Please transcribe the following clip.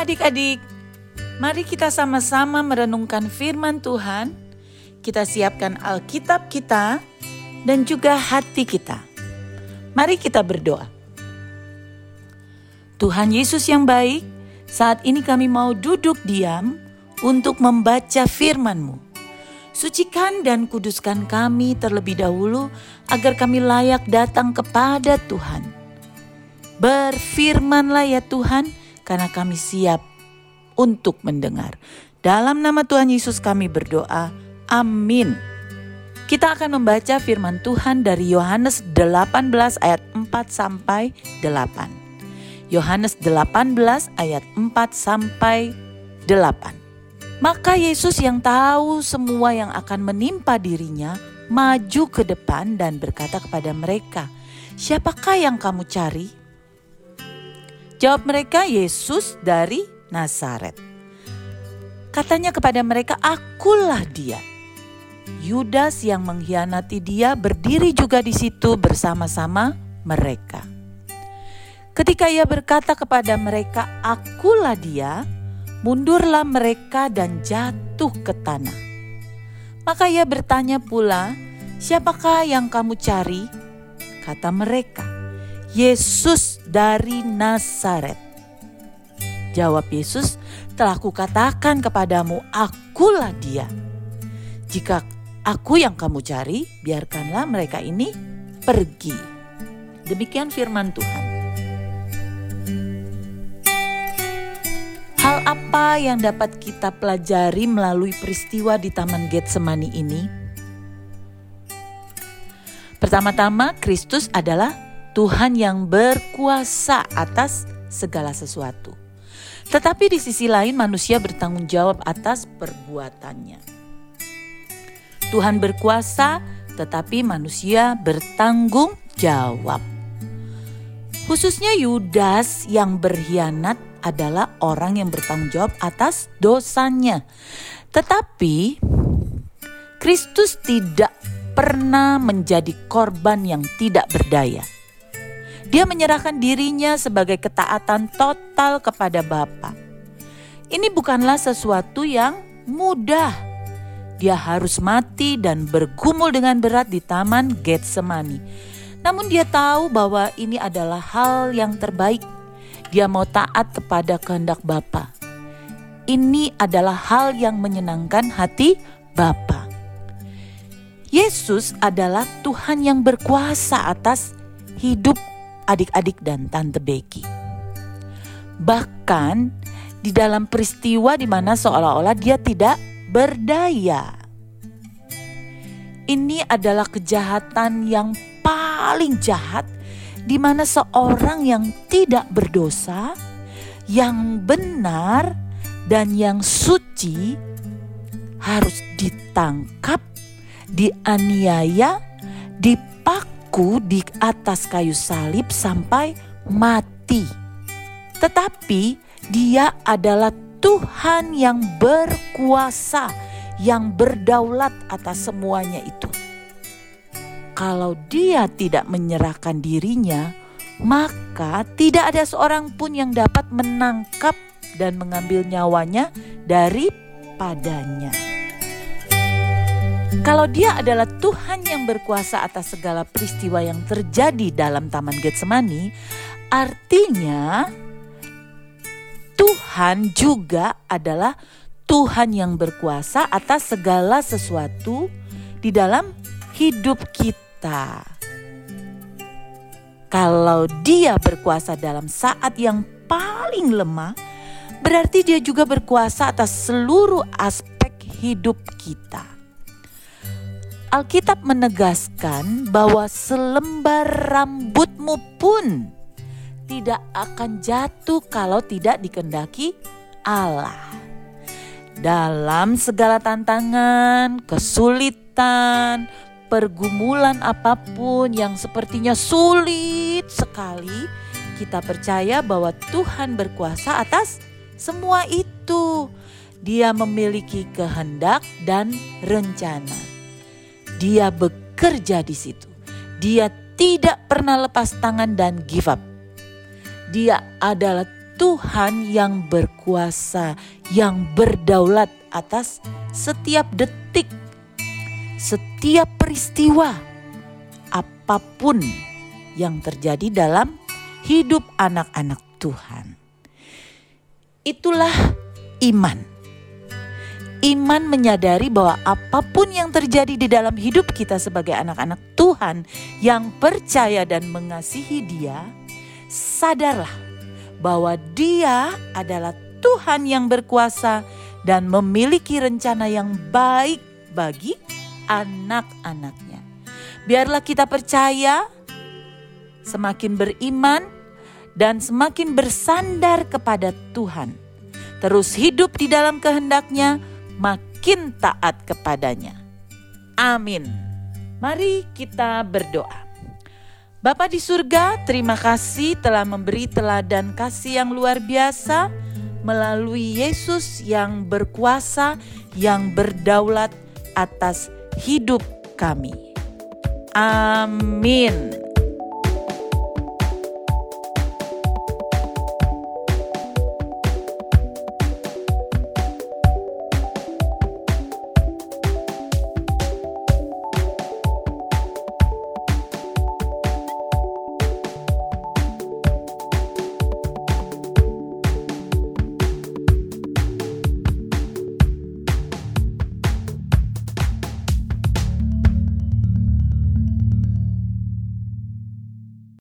adik-adik, mari kita sama-sama merenungkan firman Tuhan. Kita siapkan Alkitab kita dan juga hati kita. Mari kita berdoa. Tuhan Yesus yang baik, saat ini kami mau duduk diam untuk membaca firman-Mu. Sucikan dan kuduskan kami terlebih dahulu agar kami layak datang kepada Tuhan. Berfirmanlah ya Tuhan, karena kami siap untuk mendengar. Dalam nama Tuhan Yesus kami berdoa, amin. Kita akan membaca firman Tuhan dari Yohanes 18 ayat 4 sampai 8. Yohanes 18 ayat 4 sampai 8. Maka Yesus yang tahu semua yang akan menimpa dirinya, maju ke depan dan berkata kepada mereka, "Siapakah yang kamu cari?" Jawab mereka, "Yesus dari Nazaret." Katanya kepada mereka, "Akulah dia." Yudas yang mengkhianati dia berdiri juga di situ bersama-sama mereka. Ketika ia berkata kepada mereka, "Akulah dia," mundurlah mereka dan jatuh ke tanah. Maka ia bertanya pula, "Siapakah yang kamu cari?" Kata mereka, "Yesus dari Nazaret." Jawab Yesus, "Telah kukatakan kepadamu, akulah dia. Jika aku yang kamu cari, biarkanlah mereka ini pergi." Demikian firman Tuhan. Hal apa yang dapat kita pelajari melalui peristiwa di Taman Getsemani ini? Pertama-tama, Kristus adalah Tuhan yang berkuasa atas segala sesuatu. Tetapi di sisi lain manusia bertanggung jawab atas perbuatannya. Tuhan berkuasa, tetapi manusia bertanggung jawab. Khususnya Yudas yang berkhianat adalah orang yang bertanggung jawab atas dosanya. Tetapi Kristus tidak pernah menjadi korban yang tidak berdaya. Dia menyerahkan dirinya sebagai ketaatan total kepada Bapa. Ini bukanlah sesuatu yang mudah. Dia harus mati dan bergumul dengan berat di Taman Getsemani. Namun dia tahu bahwa ini adalah hal yang terbaik. Dia mau taat kepada kehendak Bapa. Ini adalah hal yang menyenangkan hati Bapa. Yesus adalah Tuhan yang berkuasa atas hidup adik-adik dan Tante Becky. Bahkan di dalam peristiwa di mana seolah-olah dia tidak berdaya. Ini adalah kejahatan yang paling jahat, di mana seorang yang tidak berdosa, yang benar dan yang suci harus ditangkap, dianiaya, dipaku di atas kayu salib sampai mati. Tetapi dia adalah Tuhan yang berkuasa, yang berdaulat atas semuanya itu. Kalau dia tidak menyerahkan dirinya, maka tidak ada seorang pun yang dapat menangkap dan mengambil nyawanya daripadanya. Kalau dia adalah Tuhan yang berkuasa atas segala peristiwa yang terjadi dalam Taman Getsemani, artinya Tuhan juga adalah Tuhan yang berkuasa atas segala sesuatu di dalam hidup kita. Kalau dia berkuasa dalam saat yang paling lemah, berarti dia juga berkuasa atas seluruh aspek hidup kita. Alkitab menegaskan bahwa selembar rambutmu pun tidak akan jatuh kalau tidak dikehendaki Allah. Dalam segala tantangan, kesulitan, pergumulan apapun yang sepertinya sulit sekali, kita percaya bahwa Tuhan berkuasa atas semua itu. Dia memiliki kehendak dan rencana. Dia bekerja di situ. Dia tidak pernah lepas tangan dan give up. Dia adalah Tuhan yang berkuasa, yang berdaulat atas setiap detik, setiap peristiwa, apapun yang terjadi dalam hidup anak-anak Tuhan. Itulah iman. Iman menyadari bahwa apapun yang terjadi di dalam hidup kita sebagai anak-anak Tuhan yang percaya dan mengasihi Dia, sadarlah bahwa Dia adalah Tuhan yang berkuasa dan memiliki rencana yang baik bagi anak-anaknya. Biarlah kita percaya, semakin beriman dan semakin bersandar kepada Tuhan. Terus hidup di dalam kehendak-Nya, makin taat kepadanya. Amin. Mari kita berdoa. Bapa di surga, terima kasih telah memberi teladan kasih yang luar biasa melalui Yesus yang berkuasa, yang berdaulat atas hidup kami. Amin.